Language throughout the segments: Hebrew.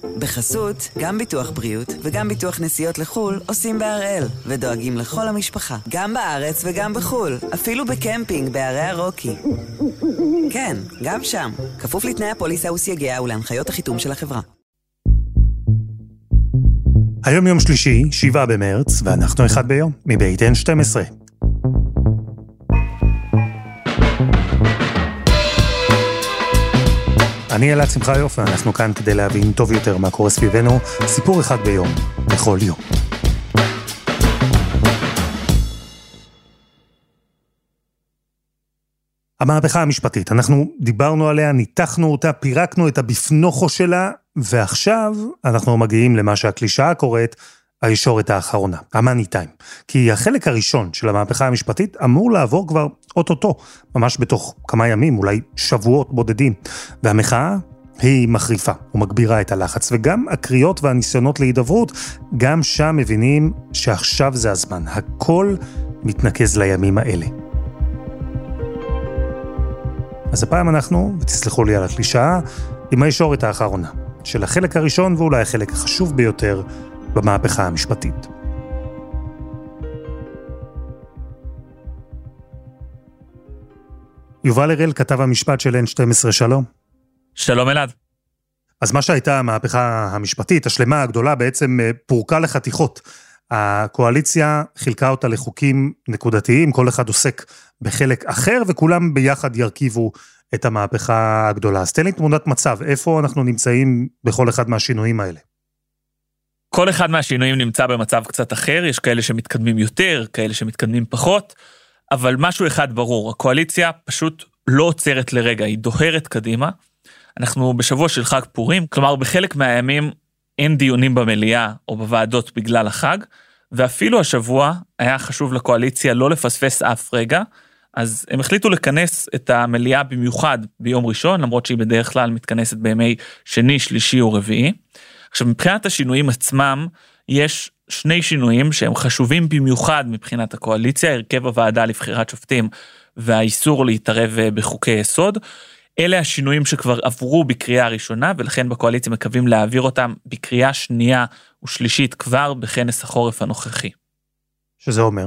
בחסות, גם ביטוח בריאות וגם ביטוח נסיעות לחול עושים בהראל, ודואגים לכל המשפחה, גם בארץ וגם בחול, אפילו בקמפינג בערי הרוקי. כן, גם שם, כפוף לתנאי הפוליסה וסייגיה ולהנחיות החיתום של החברה. היום יום שלישי, 7 במרץ, ואנחנו אחד ביום, מבית N12. אני אלעד שמחיוף, ואנחנו כאן כדי להבין טוב יותר מה קורה סביבנו, סיפור אחד ביום, בכל יום. המהפכה המשפטית, אנחנו דיברנו עליה, ניתחנו אותה, פירקנו את הבפנוכו שלה, ועכשיו אנחנו מגיעים למה שהקלישאה קוראת, הישורת האחרונה, המאני טיים. כי החלק הראשון של המהפכה המשפטית אמור לעבור כבר אוטוטו, ממש בתוך כמה ימים, אולי שבועות בודדים. והמחאה היא מחריפה ומגבירה את הלחץ, וגם הקריאות והניסיונות להידברות, גם שם מבינים שעכשיו זה הזמן. הכל מתנקז לימים האלה. אז הפעם אנחנו, ותסלחו לי על הקלישאה, עם הישורת האחרונה, של החלק הראשון ואולי החלק החשוב ביותר במהפכה המשפטית. יובל הראל, כתב המשפט של N12, שלום. שלום אלעד. אז מה שהייתה המהפכה המשפטית, השלמה הגדולה, בעצם פורקה לחתיכות. הקואליציה חילקה אותה לחוקים נקודתיים, כל אחד עוסק בחלק אחר, וכולם ביחד ירכיבו את המהפכה הגדולה. אז תן לי תמונת מצב, איפה אנחנו נמצאים בכל אחד מהשינויים האלה? כל אחד מהשינויים נמצא במצב קצת אחר, יש כאלה שמתקדמים יותר, כאלה שמתקדמים פחות, אבל משהו אחד ברור, הקואליציה פשוט לא עוצרת לרגע, היא דוהרת קדימה. אנחנו בשבוע של חג פורים, כלומר בחלק מהימים אין דיונים במליאה או בוועדות בגלל החג, ואפילו השבוע היה חשוב לקואליציה לא לפספס אף רגע, אז הם החליטו לכנס את המליאה במיוחד ביום ראשון, למרות שהיא בדרך כלל מתכנסת בימי שני, שלישי או רביעי. עכשיו, מבחינת השינויים עצמם, יש שני שינויים שהם חשובים במיוחד מבחינת הקואליציה, הרכב הוועדה לבחירת שופטים והאיסור להתערב בחוקי יסוד. אלה השינויים שכבר עברו בקריאה ראשונה, ולכן בקואליציה מקווים להעביר אותם בקריאה שנייה ושלישית כבר בכנס החורף הנוכחי. שזה אומר?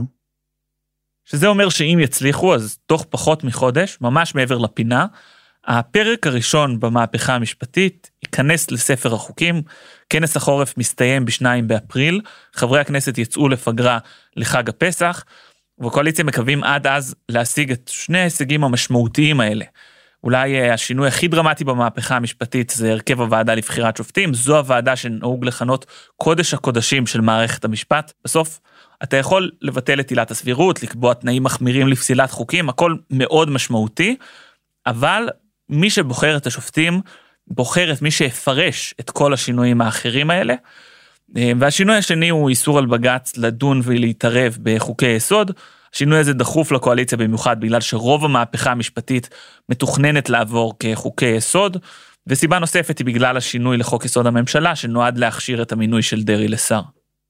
שזה אומר שאם יצליחו, אז תוך פחות מחודש, ממש מעבר לפינה, הפרק הראשון במהפכה המשפטית ייכנס לספר החוקים, כנס החורף מסתיים ב2 באפריל, חברי הכנסת יצאו לפגרה לחג הפסח, והקואליציה מקווים עד אז להשיג את שני ההישגים המשמעותיים האלה. אולי השינוי הכי דרמטי במהפכה המשפטית זה הרכב הוועדה לבחירת שופטים, זו הוועדה שנהוג לכנות קודש הקודשים של מערכת המשפט. בסוף אתה יכול לבטל את עילת הסבירות, לקבוע תנאים מחמירים לפסילת חוקים, הכל מאוד משמעותי, אבל מי שבוחר את השופטים, בוחר את מי שיפרש את כל השינויים האחרים האלה, והשינוי השני הוא איסור על בג"ץ לדון ולהתערב בחוקי יסוד. השינוי הזה דחוף לקואליציה במיוחד, בגלל שרוב המהפכה המשפטית מתוכננת לעבור כחוקי יסוד, וסיבה נוספת היא בגלל השינוי לחוק יסוד הממשלה, שנועד להכשיר את המינוי של דרעי לשר.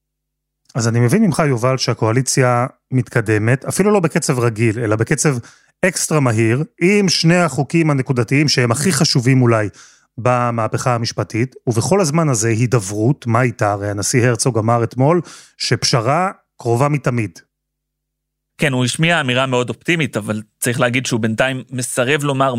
אז אני מבין ממך, יובל, שהקואליציה מתקדמת, אפילו לא בקצב רגיל, אלא בקצב אקסטרה מהיר, עם שני החוקים הנקודתיים שהם הכי חשובים אולי במהפכה המשפטית, ובכל הזמן הזה הידברות, מה איתה? הרי הנשיא הרצוג אמר אתמול שפשרה קרובה מתמיד. כן, הוא השמיע אמירה מאוד אופטימית, אבל צריך להגיד שהוא בינתיים מסרב לומר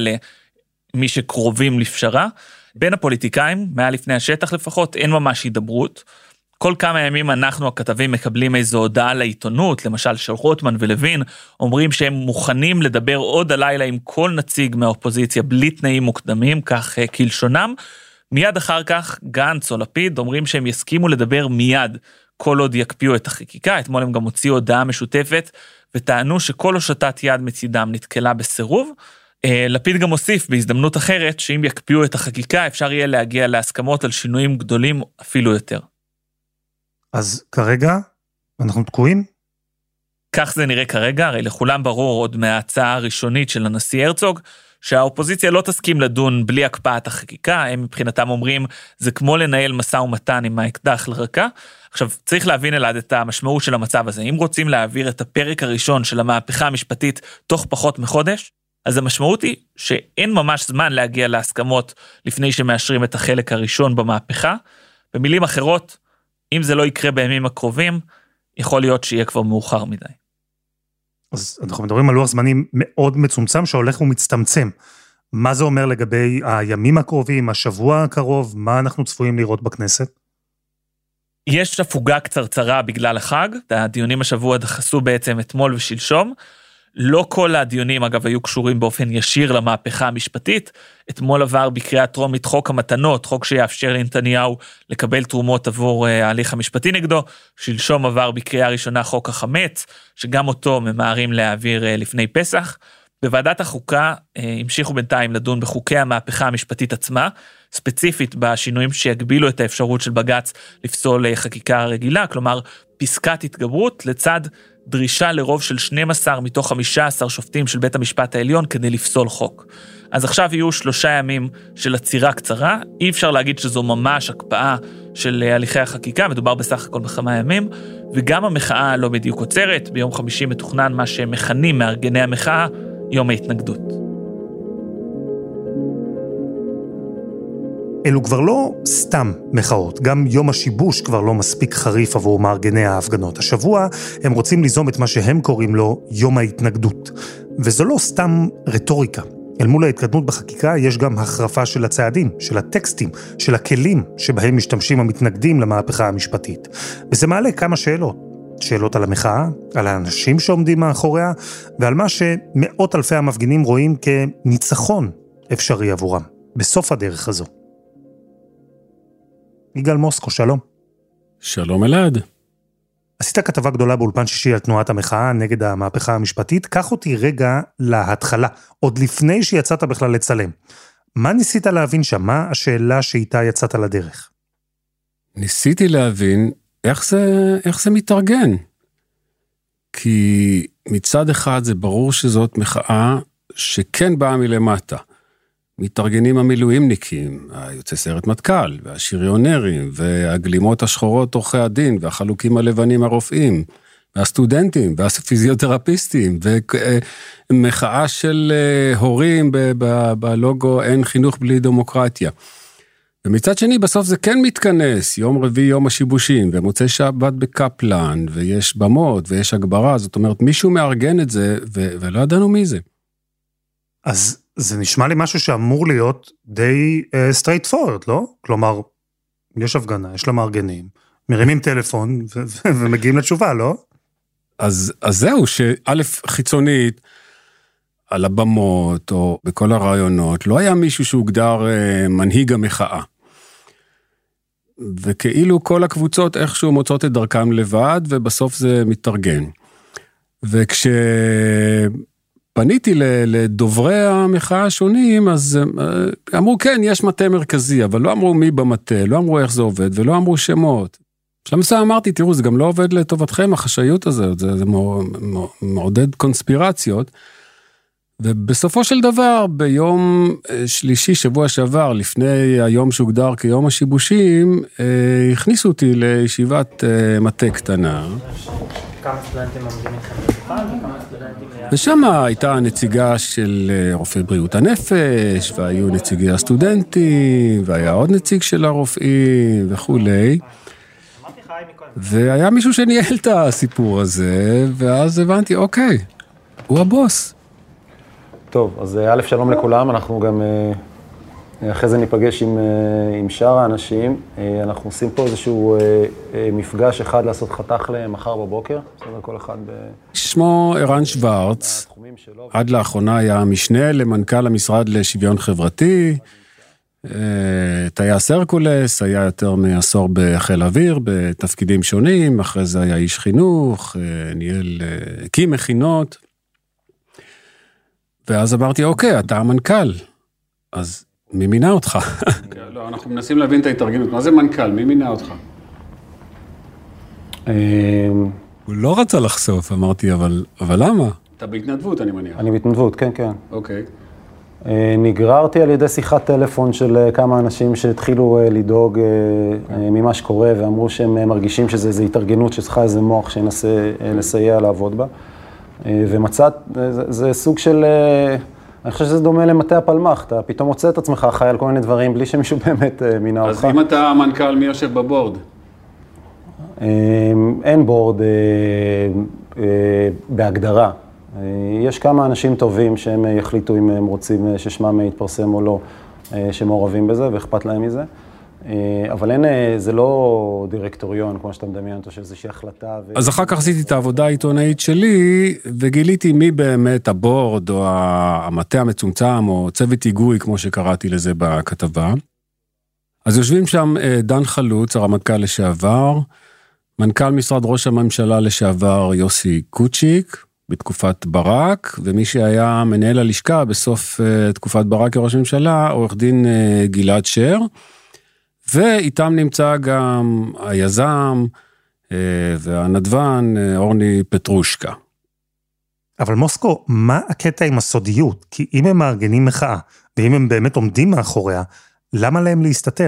מי שקרובים לפשרה. בין הפוליטיקאים, מעל לפני השטח לפחות, אין ממש הידברות. כל כמה ימים אנחנו הכתבים מקבלים איזו הודעה לעיתונות, למשל של רוטמן ולוין, אומרים שהם מוכנים לדבר עוד הלילה עם כל נציג מהאופוזיציה, בלי תנאים מוקדמים, כך כלשונם. מיד אחר כך, גנץ או לפיד אומרים שהם יסכימו לדבר מיד, כל עוד יקפיאו את החקיקה. אתמול הם גם הוציאו הודעה משותפת, וטענו שכל הושטת יד מצידם נתקלה בסירוב. לפיד גם הוסיף בהזדמנות אחרת, שאם יקפיאו את החקיקה, אפשר יהיה להגיע להסכמות על שינויים גדולים אפילו יותר. אז כרגע אנחנו תקועים? כך זה נראה כרגע, הרי לכולם ברור עוד מההצעה הראשונית של הנשיא הרצוג, שהאופוזיציה לא תסכים לדון בלי הקפאת החקיקה, הם מבחינתם אומרים, זה כמו לנהל משא ומתן עם האקדח לרקה. עכשיו, צריך להבין אלעד את המשמעות של המצב הזה. אם רוצים להעביר את הפרק הראשון של המהפכה המשפטית תוך פחות מחודש, אז המשמעות היא שאין ממש זמן להגיע להסכמות לפני שמאשרים את החלק הראשון במהפכה. במילים אחרות, אם זה לא יקרה בימים הקרובים, יכול להיות שיהיה כבר מאוחר מדי. אז אנחנו מדברים על לוח זמנים מאוד מצומצם שהולך ומצטמצם. מה זה אומר לגבי הימים הקרובים, השבוע הקרוב, מה אנחנו צפויים לראות בכנסת? יש הפוגה קצרצרה בגלל החג, הדיונים השבוע דחסו בעצם אתמול ושלשום, לא כל הדיונים אגב היו קשורים באופן ישיר למהפכה המשפטית, אתמול עבר בקריאה טרומית חוק המתנות, חוק שיאפשר לנתניהו לקבל תרומות עבור ההליך המשפטי נגדו, שלשום עבר בקריאה ראשונה חוק החמץ, שגם אותו ממהרים להעביר לפני פסח, בוועדת החוקה המשיכו בינתיים לדון בחוקי המהפכה המשפטית עצמה, ספציפית בשינויים שיגבילו את האפשרות של בג"ץ לפסול חקיקה רגילה, כלומר פסקת התגברות לצד דרישה לרוב של 12 מתוך 15 שופטים של בית המשפט העליון כדי לפסול חוק. אז עכשיו יהיו 3 ימים של עצירה קצרה, אי אפשר להגיד שזו ממש הקפאה של הליכי החקיקה, מדובר בסך הכל בכמה ימים, וגם המחאה לא בדיוק עוצרת, ביום חמישי מתוכנן מה שמכנים מארגני המחאה, יום ההתנגדות. אלו כבר לא סתם מחאות, גם יום השיבוש כבר לא מספיק חריף עבור מארגני ההפגנות. השבוע הם רוצים ליזום את מה שהם קוראים לו יום ההתנגדות. וזו לא סתם רטוריקה. אל מול ההתקדמות בחקיקה יש גם החרפה של הצעדים, של הטקסטים, של הכלים שבהם משתמשים המתנגדים למהפכה המשפטית. וזה מעלה כמה שאלות. שאלות על המחאה, על האנשים שעומדים מאחוריה, ועל מה שמאות אלפי המפגינים רואים כניצחון אפשרי עבורם, בסוף הדרך הזו. יגאל מוסקו, שלום. שלום אלעד. עשית כתבה גדולה באולפן שישי על תנועת המחאה נגד המהפכה המשפטית, קח אותי רגע להתחלה, עוד לפני שיצאת בכלל לצלם. מה ניסית להבין שם? מה השאלה שאיתה יצאת לדרך? ניסיתי להבין איך זה מתארגן. כי מצד אחד זה ברור שזאת מחאה שכן באה מלמטה. מתארגנים המילואימניקים, היוצא סיירת מטכ"ל, והשריונרים, והגלימות השחורות עורכי הדין, והחלוקים הלבנים הרופאים, והסטודנטים, והפיזיותרפיסטים, ומחאה של הורים בלוגו אין חינוך בלי דמוקרטיה. ומצד שני, בסוף זה כן מתכנס, יום רביעי, יום השיבושים, ומוצא שבת בקפלן, ויש במות, ויש הגברה, זאת אומרת, מישהו מארגן את זה, ולא ידענו מי זה. אז זה נשמע לי משהו שאמור להיות די straight forward, לא? כלומר, יש הפגנה, יש לה מארגנים, מרימים טלפון ומגיעים לתשובה, לא? אז זהו, שא' חיצונית, על הבמות או בכל הרעיונות, לא היה מישהו שהוגדר מנהיג המחאה. וכאילו כל הקבוצות איכשהו מוצאות את דרכם לבד, ובסוף זה מתארגן. וכשפניתי לדוברי המחאה השונים, אז אמרו כן, יש מטה מרכזי, אבל לא אמרו מי במטה, לא אמרו איך זה עובד, ולא אמרו שמות. בשלב מסוים אמרתי, תראו, זה גם לא עובד לטובתכם, החשאיות הזאת, זה מעודד קונספירציות, ובסופו של דבר, ביום שלישי, שבוע שעבר, לפני היום שהוגדר כיום השיבושים, הכניסו אותי לישיבת מטה קטנה. כמה סטודנטים עומדים איתכם במיוחד, וכמה סטודנטים... ושם הייתה נציגה של רופאי בריאות הנפש, והיו נציגי הסטודנטים, והיה עוד נציג של הרופאים וכולי. והיה מישהו שניהל את הסיפור הזה, ואז הבנתי, אוקיי, הוא הבוס. טוב, אז א' שלום לכולם, אנחנו גם אחרי זה ניפגש עם שאר האנשים. אנחנו עושים פה איזשהו מפגש אחד לעשות חתך למחר בבוקר, בסדר, כל אחד שמו ערן שוורץ, עד לאחרונה היה משנה למנכ"ל המשרד לשוויון חברתי, טייס הרקולס, היה יותר מעשור בחיל אוויר, בתפקידים שונים, אחרי זה היה איש חינוך, ניהל, הקים מכינות, ואז אמרתי, אוקיי, אתה המנכ"ל, אז מי מינה אותך? לא, אנחנו מנסים להבין את ההתארגנות, מה זה מנכ"ל? מי מינה אותך? הוא לא רצה לחשוף, אמרתי, אבל למה? אתה בהתנדבות, אני מניח. אני בהתנדבות, כן, כן. אוקיי. נגררתי על ידי שיחת טלפון של כמה אנשים שהתחילו לדאוג ממה שקורה, ואמרו שהם מרגישים שזה התארגנות שצריכה איזה מוח שינסה לסייע לעבוד בה. ומצאת, זה סוג של אני חושב שזה דומה למטה הפלמ"ח, אתה פתאום מוצא את עצמך חי על כל מיני דברים בלי שמישהו באמת מינה אותך. אז אם אתה המנכ"ל, מי יושב בבורד? אין בורד בהגדרה. יש כמה אנשים טובים שהם יחליטו אם הם רוצים ששמם יתפרסם או לא, שמעורבים בזה ואכפת להם מזה. אבל אין, זה לא דירקטוריון, כמו שאתה מדמיין אותו, שאיזושהי החלטה. אז אחר כך עשיתי את העבודה העיתונאית שלי, וגיליתי מי באמת הבורד, או המטה המצומצם, או צוות היגוי, כמו שקראתי לזה בכתבה. אז יושבים שם דן חלוץ, הרמטכ"ל לשעבר, מנכ"ל משרד ראש הממשלה לשעבר יוסי קוצ'יק, בתקופת ברק, ומי שהיה מנהל הלשכה בסוף תקופת ברק כראש ממשלה, עורך דין גלעד שר, ואיתם נמצא גם היזם והנדבן אורני פטרושקה. אבל מוסקו, מה הקטע עם הסודיות? כי אם הם מארגנים מחאה, ואם הם באמת עומדים מאחוריה, למה להם להסתתר?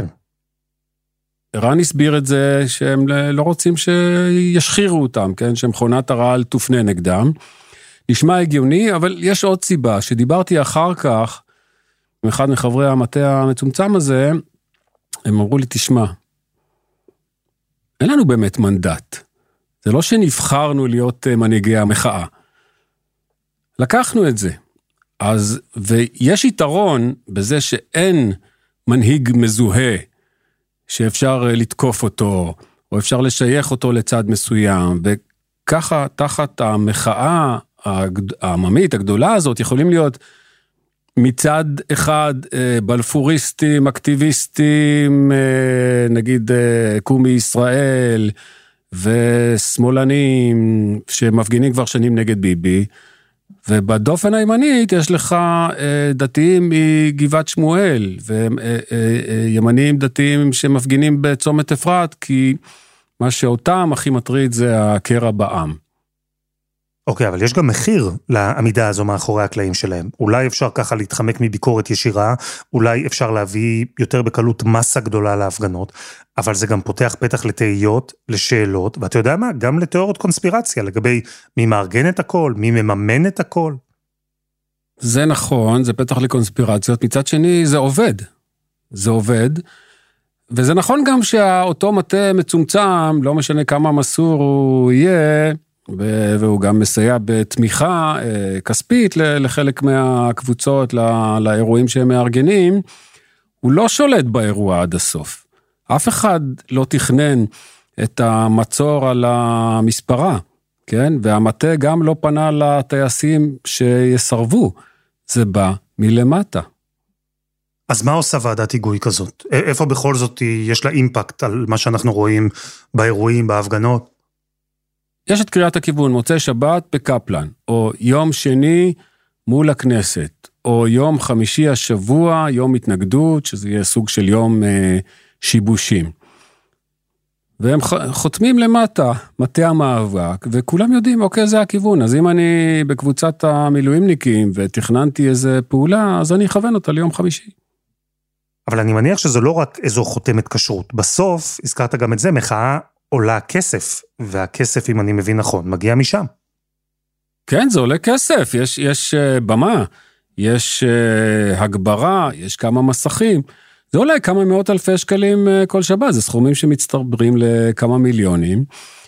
ערן הסביר את זה שהם לא רוצים שישחירו אותם, כן? שמכונת הרעל תופנה נגדם. נשמע הגיוני, אבל יש עוד סיבה, שדיברתי אחר כך, עם אחד מחברי המטה המצומצם הזה, הם אמרו לי, תשמע, אין לנו באמת מנדט. זה לא שנבחרנו להיות מנהיגי המחאה. לקחנו את זה. אז, ויש יתרון בזה שאין מנהיג מזוהה, שאפשר לתקוף אותו, או אפשר לשייך אותו לצד מסוים, וככה תחת המחאה העממית הגדולה הזאת, יכולים להיות מצד אחד בלפוריסטים, אקטיביסטים, נגיד קומי ישראל, ושמאלנים שמפגינים כבר שנים נגד ביבי, ובדופן הימנית יש לך דתיים מגבעת שמואל, וימנים דתיים שמפגינים בצומת אפרת, כי מה שאותם הכי מטריד זה הקרע בעם. אוקיי, אבל יש גם מחיר לעמידה הזו מאחורי הקלעים שלהם. אולי אפשר ככה להתחמק מביקורת ישירה, אולי אפשר להביא יותר בקלות מסה גדולה להפגנות, אבל זה גם פותח פתח לתהיות, לשאלות, ואתה יודע מה? גם לתיאוריות קונספירציה, לגבי מי מארגן את הכל, מי מממן את הכל. זה נכון, זה פתח לקונספירציות, מצד שני זה עובד. זה עובד, וזה נכון גם שאותו מטה מצומצם, לא משנה כמה מסור הוא יהיה, והוא גם מסייע בתמיכה כספית לחלק מהקבוצות, לאירועים שהם מארגנים, הוא לא שולט באירוע עד הסוף. אף אחד לא תכנן את המצור על המספרה, כן? והמטה גם לא פנה לטייסים שיסרבו, זה בא מלמטה. אז מה עושה ועדת היגוי כזאת? איפה בכל זאת יש לה אימפקט על מה שאנחנו רואים באירועים, בהפגנות? יש את קריאת הכיוון, מוצאי שבת בקפלן, או יום שני מול הכנסת, או יום חמישי השבוע, יום התנגדות, שזה יהיה סוג של יום שיבושים. והם חותמים למטה, מטה המאבק, וכולם יודעים, אוקיי, זה הכיוון. אז אם אני בקבוצת המילואימניקים ותכננתי איזה פעולה, אז אני אכוון אותה ליום חמישי. אבל אני מניח שזה לא רק איזו חותמת כשרות. בסוף, הזכרת גם את זה, מחאה עולה כסף, והכסף, אם אני מבין נכון, מגיע משם. כן, זה עולה כסף, יש במה, יש הגברה, יש כמה מסכים, זה עולה כמה מאות אלפי שקלים כל שבת, זה סכומים שמצטברים לכמה מיליונים,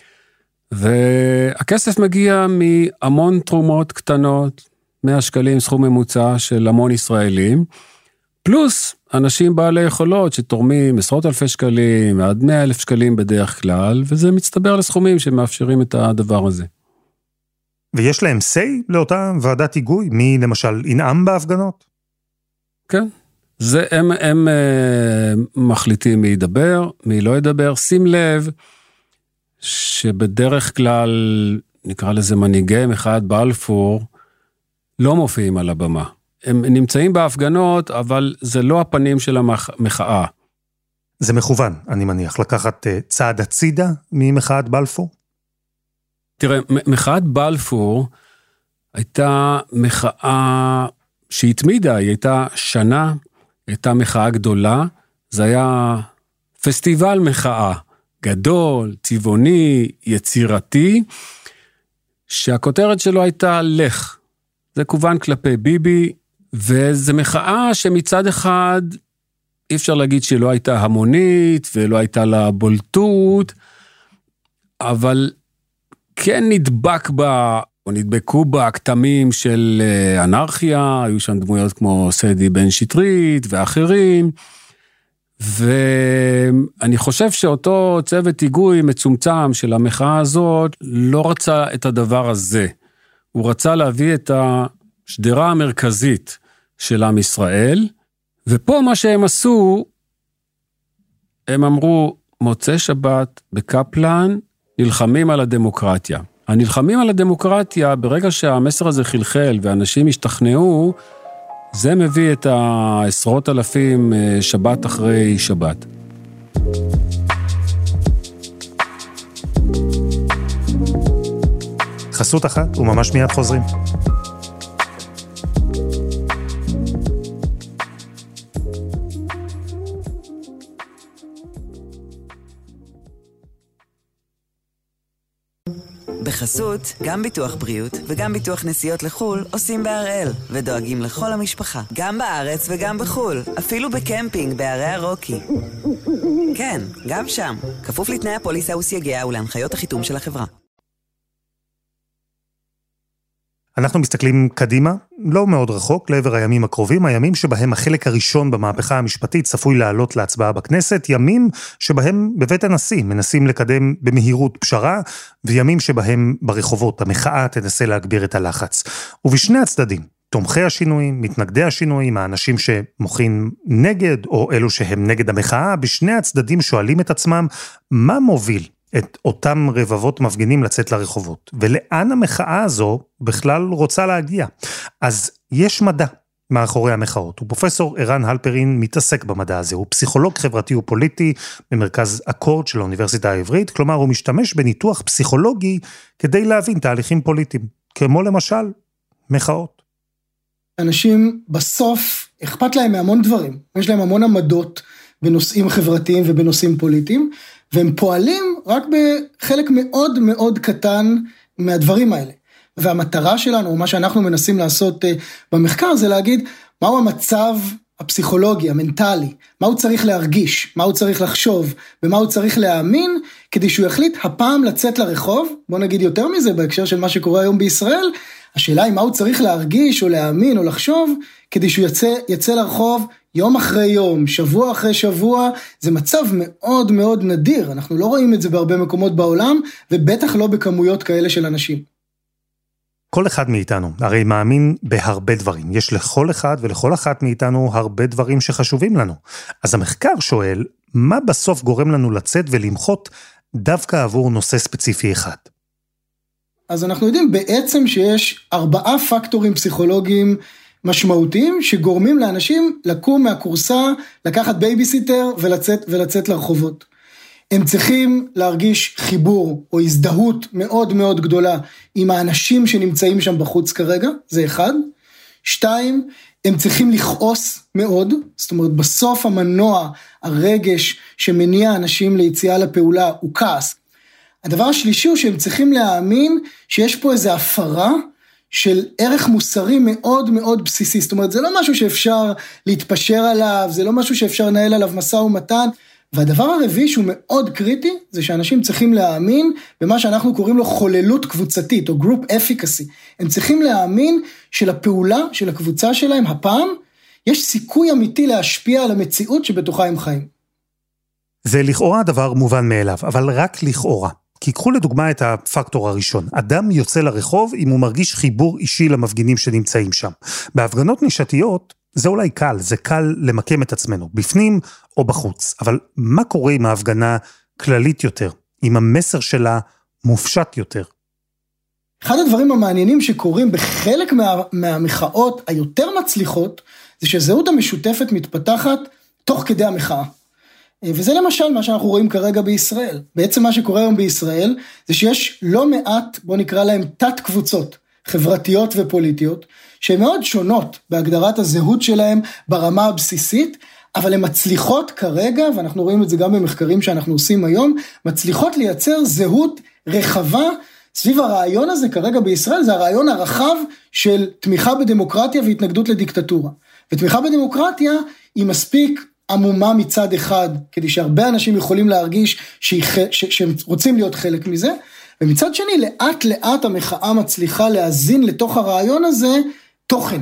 והכסף מגיע מהמון תרומות קטנות, 100 שקלים סכום ממוצע של המון ישראלים, פלוס אנשים בעלי יכולות שתורמים עשרות אלפי שקלים, עד 100,000 שקלים בדרך כלל, וזה מצטבר לסכומים שמאפשרים את הדבר הזה. ויש להם say לאותה ועדת היגוי? מי למשל ינאם בהפגנות? כן, זה הם מחליטים מי ידבר, מי לא ידבר. שים לב שבדרך כלל, נקרא לזה מנהיגי מחאת בלפור, לא מופיעים על הבמה. הם נמצאים בהפגנות, אבל זה לא הפנים של המחאה. זה מכוון, אני מניח, לקחת צעד הצידה ממחאת בלפור? תראה, מחאת בלפור הייתה מחאה שהתמידה, היא הייתה שנה, הייתה מחאה גדולה, זה היה פסטיבל מחאה גדול, צבעוני, יצירתי, שהכותרת שלו הייתה לך. זה כוון כלפי ביבי, וזו מחאה שמצד אחד אי אפשר להגיד שהיא לא הייתה המונית ולא הייתה לה בולטות, אבל כן נדבק בה, או נדבקו בה כתמים של אנרכיה, היו שם דמויות כמו סדי בן שטרית ואחרים, ואני חושב שאותו צוות היגוי מצומצם של המחאה הזאת לא רצה את הדבר הזה, הוא רצה להביא את השדרה המרכזית של עם ישראל, ופה מה שהם עשו, הם אמרו, מוצאי שבת בקפלן, נלחמים על הדמוקרטיה. הנלחמים על הדמוקרטיה, ברגע שהמסר הזה חלחל ואנשים השתכנעו, זה מביא את העשרות אלפים שבת אחרי שבת. חסות אחת וממש מיד חוזרים. בחסות, גם ביטוח בריאות וגם ביטוח נסיעות לחול עושים בהראל ודואגים לכל המשפחה, גם בארץ וגם בחול, אפילו בקמפינג בערי הרוקי. כן, גם שם, כפוף לתנאי הפוליסה וסייגיה ולהנחיות החיתום של החברה. אנחנו מסתכלים קדימה, לא מאוד רחוק, לעבר הימים הקרובים, הימים שבהם החלק הראשון במהפכה המשפטית צפוי לעלות להצבעה בכנסת, ימים שבהם בבית הנשיא מנסים לקדם במהירות פשרה, וימים שבהם ברחובות המחאה תנסה להגביר את הלחץ. ובשני הצדדים, תומכי השינויים, מתנגדי השינויים, האנשים שמוחים נגד, או אלו שהם נגד המחאה, בשני הצדדים שואלים את עצמם, מה מוביל את אותם רבבות מפגינים לצאת לרחובות, ולאן המחאה הזו בכלל רוצה להגיע. אז יש מדע מאחורי המחאות, ופרופסור ערן הלפרין מתעסק במדע הזה, הוא פסיכולוג חברתי ופוליטי במרכז אקורד של האוניברסיטה העברית, כלומר הוא משתמש בניתוח פסיכולוגי כדי להבין תהליכים פוליטיים, כמו למשל מחאות. אנשים בסוף אכפת להם מהמון דברים, יש להם המון עמדות בנושאים חברתיים ובנושאים פוליטיים, והם פועלים רק בחלק מאוד מאוד קטן מהדברים האלה. והמטרה שלנו, או מה שאנחנו מנסים לעשות במחקר, זה להגיד מהו המצב הפסיכולוגי, המנטלי, מה הוא צריך להרגיש, מה הוא צריך לחשוב, ומה הוא צריך להאמין, כדי שהוא יחליט הפעם לצאת לרחוב. בוא נגיד יותר מזה, בהקשר של מה שקורה היום בישראל, השאלה היא מה הוא צריך להרגיש, או להאמין, או לחשוב, כדי שהוא יצא לרחוב יום אחרי יום, שבוע אחרי שבוע. זה מצב מאוד מאוד נדיר, אנחנו לא רואים את זה בהרבה מקומות בעולם, ובטח לא בכמויות כאלה של אנשים. כל אחד מאיתנו הרי מאמין בהרבה דברים, יש לכל אחד ולכל אחת מאיתנו הרבה דברים שחשובים לנו. אז המחקר שואל, מה בסוף גורם לנו לצאת ולמחות דווקא עבור נושא ספציפי אחד? אז אנחנו יודעים בעצם שיש 4 פקטורים פסיכולוגיים משמעותיים שגורמים לאנשים לקום מהקורסה, לקחת בייביסיטר ולצאת לרחובות. הם צריכים להרגיש חיבור או הזדהות מאוד מאוד גדולה עם האנשים שנמצאים שם בחוץ כרגע, זה 1. 2, הם צריכים לכעוס מאוד, זאת אומרת בסוף המנוע, הרגש שמניע אנשים ליציאה לפעולה הוא כעס. הדבר השלישי הוא שהם צריכים להאמין שיש פה איזו הפרה של ערך מוסרי מאוד מאוד בסיסי, זאת אומרת זה לא משהו שאפשר להתפשר עליו, זה לא משהו שאפשר לנהל עליו משא ומתן, והדבר הרביעי שהוא מאוד קריטי, זה שאנשים צריכים להאמין במה שאנחנו קוראים לו חוללות קבוצתית, או group efficacy. הם צריכים להאמין שלפעולה של הקבוצה שלהם, הפעם, יש סיכוי אמיתי להשפיע על המציאות שבתוכה הם חיים. זה לכאורה דבר מובן מאליו, אבל רק לכאורה. כי קחו לדוגמה את הפקטור הראשון. אדם יוצא לרחוב אם הוא מרגיש חיבור אישי למפגינים שנמצאים שם. בהפגנות נישתיות, זה אולי קל, זה קל למקם את עצמנו, בפנים או בחוץ. אבל מה קורה עם ההפגנה כללית יותר, עם המסר שלה מופשט יותר? אחד הדברים המעניינים שקורים בחלק מהמחאות היותר מצליחות, זה שהזהות המשותפת מתפתחת תוך כדי המחאה. וזה למשל מה שאנחנו רואים כרגע בישראל. בעצם מה שקורה היום בישראל, זה שיש לא מעט, בוא נקרא להם תת קבוצות, חברתיות ופוליטיות, שהן מאוד שונות בהגדרת הזהות שלהם ברמה הבסיסית, אבל הן מצליחות כרגע, ואנחנו רואים את זה גם במחקרים שאנחנו עושים היום, מצליחות לייצר זהות רחבה סביב הרעיון הזה כרגע בישראל, זה הרעיון הרחב של תמיכה בדמוקרטיה והתנגדות לדיקטטורה. ותמיכה בדמוקרטיה היא מספיק עמומה מצד אחד, כדי שהרבה אנשים יכולים להרגיש שהם רוצים להיות חלק מזה, ומצד שני, לאט לאט המחאה מצליחה להזין לתוך הרעיון הזה תוכן.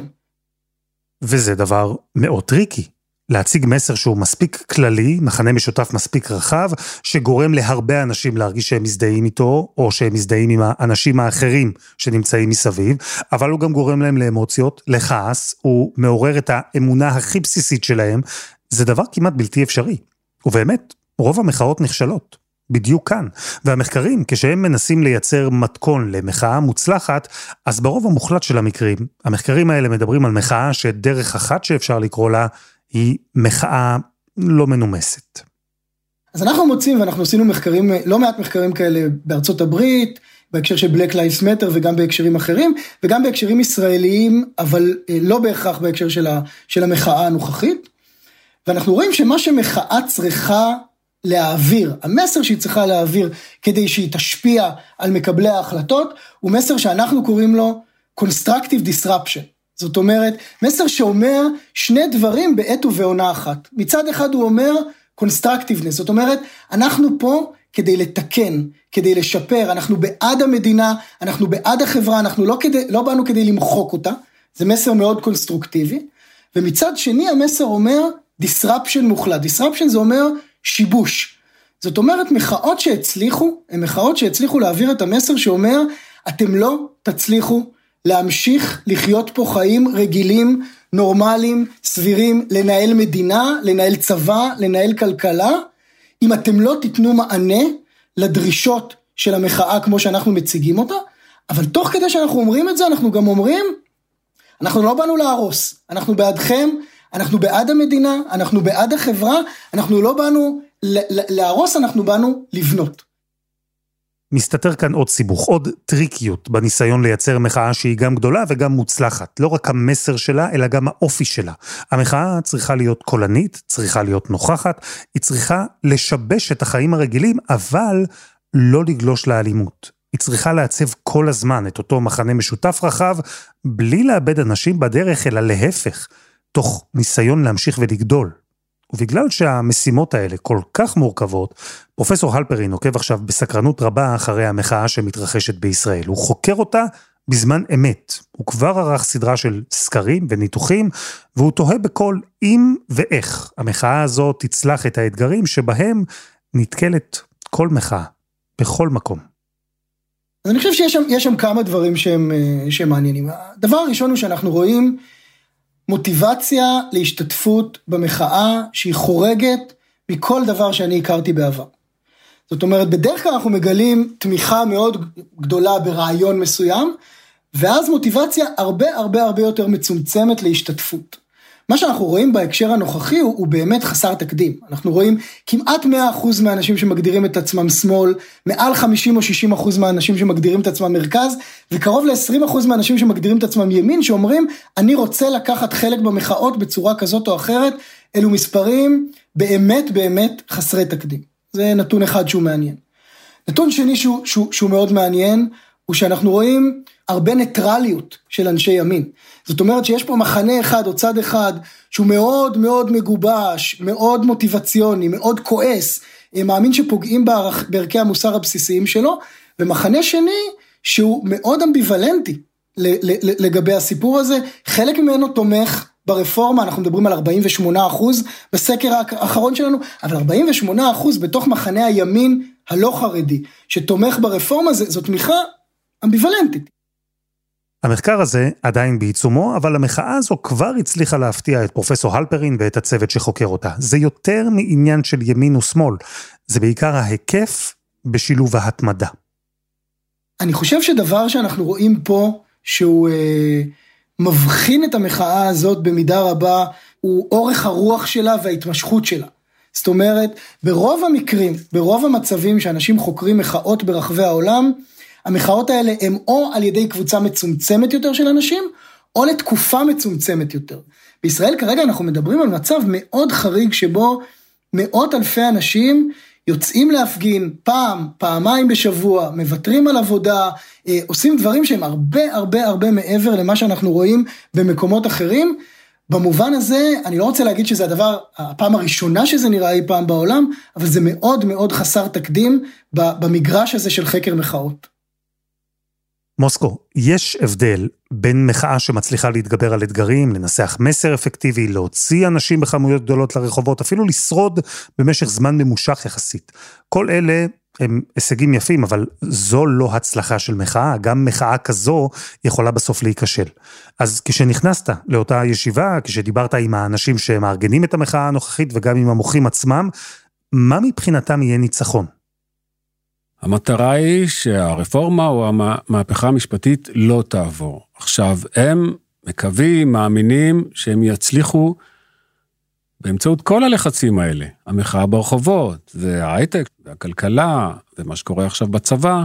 וזה דבר מאוד טריקי. להציג מסר שהוא מספיק כללי, מחנה משותף מספיק רחב, שגורם להרבה אנשים להרגיש שהם מזדהים איתו, או שהם מזדהים עם האנשים האחרים שנמצאים מסביב, אבל הוא גם גורם להם לאמוציות, לכעס, הוא מעורר את האמונה הכי בסיסית שלהם, זה דבר כמעט בלתי אפשרי. ובאמת, רוב המחאות נכשלות, בדיוק כאן. והמחקרים, כשהם מנסים לייצר מתכון למחאה מוצלחת, אז ברוב המוחלט של המקרים, המחקרים האלה מדברים על מחאה שדרך אחת שאפשר לקרוא לה, היא מחאה לא מנומסת. אז אנחנו מוצאים, ואנחנו עשינו מחקרים, לא מעט מחקרים כאלה בארצות הברית, בהקשר של Black Lives Matter וגם בהקשרים אחרים, וגם בהקשרים ישראליים, אבל לא בהכרח בהקשר של המחאה הנוכחית. ואנחנו רואים שמה שמחאה צריכה להעביר, המסר שהיא צריכה להעביר כדי שהיא תשפיע על מקבלי ההחלטות, הוא מסר שאנחנו קוראים לו Constructive Disruption. זאת אומרת, מסר שאומר שני דברים בעת ובעונה אחת. מצד אחד הוא אומר Constructiveness, זאת אומרת, אנחנו פה כדי לתקן, כדי לשפר, אנחנו בעד המדינה, אנחנו בעד החברה, אנחנו לא באנו כדי למחוק אותה, זה מסר מאוד קונסטרוקטיבי, ומצד שני המסר אומר disruption מוחלט, disruption זה אומר שיבוש, זאת אומרת מחאות שהצליחו, הן מחאות שהצליחו להעביר את המסר שאומר, אתם לא תצליחו להמשיך לחיות פה חיים רגילים, נורמליים, סבירים, לנהל מדינה, לנהל צבא, לנהל כלכלה, אם אתם לא תיתנו מענה לדרישות של המחאה כמו שאנחנו מציגים אותה, אבל תוך כדי שאנחנו אומרים את זה, אנחנו גם אומרים, אנחנו לא באנו להרוס, אנחנו בעדכם, אנחנו בעד המדינה, אנחנו בעד החברה, אנחנו לא באנו להרוס, אנחנו באנו לבנות. מסתתר כאן עוד סיבוך, עוד טריקיות בניסיון לייצר מחאה שהיא גם גדולה וגם מוצלחת. לא רק המסר שלה, אלא גם האופי שלה. המחאה צריכה להיות קולנית, צריכה להיות נוכחת, היא צריכה לשבש את החיים הרגילים, אבל לא לגלוש לאלימות. היא צריכה לעצב כל הזמן את אותו מחנה משותף רחב, בלי לאבד אנשים בדרך, אלא להפך, תוך ניסיון להמשיך ולגדול. ובגלל שהמשימות האלה כל כך מורכבות, פרופסור הלפרין עוקב עכשיו בסקרנות רבה אחרי המחאה שמתרחשת בישראל. הוא חוקר אותה בזמן אמת. הוא כבר ערך סדרה של סקרים וניתוחים, והוא תוהה בכל אם ואיך המחאה הזאת תצלח את האתגרים שבהם נתקלת כל מחאה, בכל מקום. אז אני חושב שיש שם כמה דברים שהם מעניינים. הדבר הראשון הוא שאנחנו רואים מוטיבציה להשתתפות במחאה שהיא חורגת מכל דבר שאני הכרתי בעבר. זאת אומרת, בדרך כלל אנחנו מגלים תמיכה מאוד גדולה ברעיון מסוים, ואז מוטיבציה הרבה יותר מצומצמת להשתתפות. מה שאנחנו רואים בהקשר הנוכחי הוא באמת חסר תקדים. אנחנו רואים כמעט 100% מהאנשים שמגדירים את עצמם שמאל, מעל 50 או 60% מהאנשים שמגדירים את עצמם מרכז, וקרוב ל-20% מהאנשים שמגדירים את עצמם ימין, שאומרים, אני רוצה לקחת חלק במחאות בצורה כזאת או אחרת, אלו מספרים באמת חסרי תקדים. זה נתון אחד שהוא מעניין. נתון שני שהוא מאוד מעניין, הוא שאנחנו רואים הרבה ניטרליות של אנשי ימין. זאת אומרת שיש פה מחנה אחד או צד אחד, שהוא מאוד מגובש, מאוד מוטיבציוני, מאוד כועס, מאמין שפוגעים בערכי המוסר הבסיסיים שלו, ומחנה שני שהוא מאוד אמביוולנטי לגבי הסיפור הזה, חלק ממנו תומך ברפורמה, אנחנו מדברים על 48% בסקר האחרון שלנו, אבל 48% בתוך מחנה הימין הלא חרדי, שתומך ברפורמה, זו תמיכה אמביוולנטית. המחקר הזה עדיין בעיצומו, אבל המחאה הזו כבר הצליחה להפתיע את פרופסור הלפרין ואת הצוות שחוקר אותה. זה יותר מעניין של ימין ושמאל, זה בעיקר ההיקף בשילוב ההתמדה. אני חושב שדבר שאנחנו רואים פה, שהוא מבחין את המחאה הזאת במידה רבה, הוא אורך הרוח שלה וההתמשכות שלה. זאת אומרת, ברוב המקרים, ברוב המצבים שאנשים חוקרים מחאות ברחבי העולם, המחאות האלה הם או על ידי קבוצה מצומצמת יותר של אנשים, או לתקופה מצומצמת יותר. בישראל כרגע אנחנו מדברים על מצב מאוד חריג, שבו מאות אלפי אנשים יוצאים להפגין פעם, פעמיים בשבוע, מוותרים על עבודה, עושים דברים שהם הרבה מעבר למה שאנחנו רואים במקומות אחרים. במובן הזה, אני לא רוצה להגיד שזה הפעם הראשונה שזה נראה אי פעם בעולם, אבל זה מאוד חסר תקדים במגרש הזה של חקר מחאות. מוסקו, יש הבדל בין מחאה שמצליחה להתגבר על אתגרים, לנסח מסר אפקטיבי, להוציא אנשים בכמויות גדולות לרחובות, אפילו לשרוד במשך זמן ממושך יחסית. כל אלה הם הישגים יפים, אבל זו לא הצלחה של מחאה, גם מחאה כזו יכולה בסוף להיכשל. אז כשנכנסת לאותה ישיבה, כשדיברת עם האנשים שמארגנים את המחאה הנוכחית וגם עם המוחים עצמם, מה מבחינתם יהיה ניצחון? המטרה היא שהרפורמה או המהפכה המשפטית לא תעבור. עכשיו, הם מקווים, מאמינים שהם יצליחו באמצעות כל הלחצים האלה, המחאה ברחובות, וההייטק, והכלכלה, ומה שקורה עכשיו בצבא,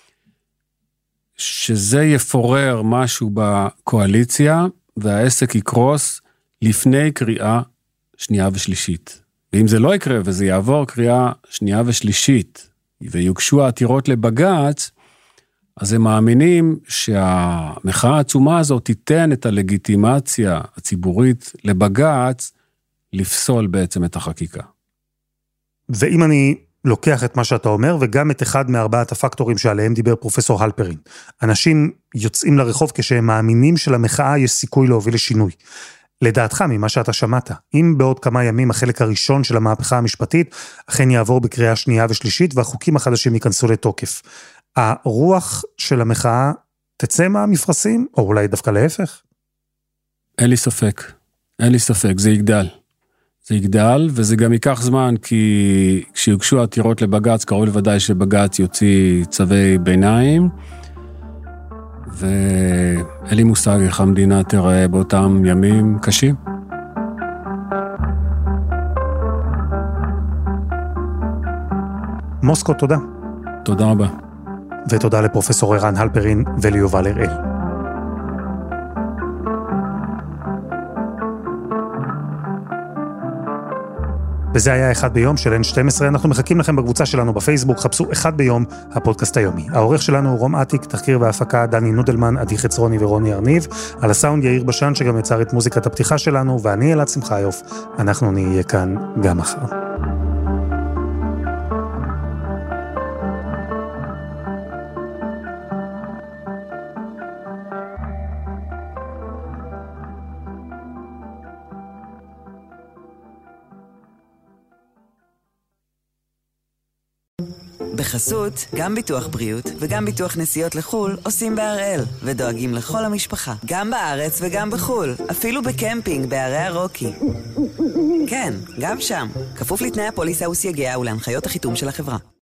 שזה יפורר משהו בקואליציה, והעסק יקרוס לפני קריאה שנייה ושלישית. ואם זה לא יקרה, וזה יעבור קריאה שנייה ושלישית, ויוגשו העתירות לבג"ץ, אז הם מאמינים שהמחאה העצומה הזאת תיתן את הלגיטימציה הציבורית לבג"ץ, לפסול בעצם את החקיקה. ואם אני לוקח את מה שאתה אומר, וגם את אחד מארבעת הפקטורים שעליהם דיבר פרופסור הלפרין, אנשים יוצאים לרחוב כשהם מאמינים שלמחאה יש סיכוי להוביל לשינוי. לדעתך, ממה שאתה שמעת, אם בעוד כמה ימים החלק הראשון של המהפכה המשפטית, אכן יעבור בקריאה שנייה ושלישית, והחוקים החדשים ייכנסו לתוקף. הרוח של המחאה תצא מהמפרשים, או אולי דווקא להפך? אין לי ספק, זה יגדל. זה יגדל, וזה גם ייקח זמן, כי כשיוגשו עתירות לבג"ץ, קרוב לוודאי שבג"ץ יוציא צווי ביניים, ואין לי מושג איך המדינה תראה באותם ימים קשים. מוסקו, תודה. תודה רבה. ותודה לפרופסור ערן הלפרין וליובל הראל. וזה היה אחד ביום של N12, אנחנו מחכים לכם בקבוצה שלנו בפייסבוק, חפשו אחד ביום הפודקאסט היומי. העורך שלנו הוא רום עתיק, תחקיר והפקה דני נודלמן, עדי חצרוני ורוני ארניב, על הסאונד יאיר בשן שגם יצר את מוזיקת הפתיחה שלנו, ואני אלעד שמחיוף, אנחנו נהיה כאן גם מחר. בחסות, גם ביטוח בריאות וגם ביטוח נסיעות לחול עושים בהראל ודואגים לכל המשפחה, גם בארץ וגם בחול, אפילו בקמפינג בערי הרוקי. כן, גם שם, כפוף לתנאי הפוליסה וסייגיה ולהנחיות החיתום של החברה.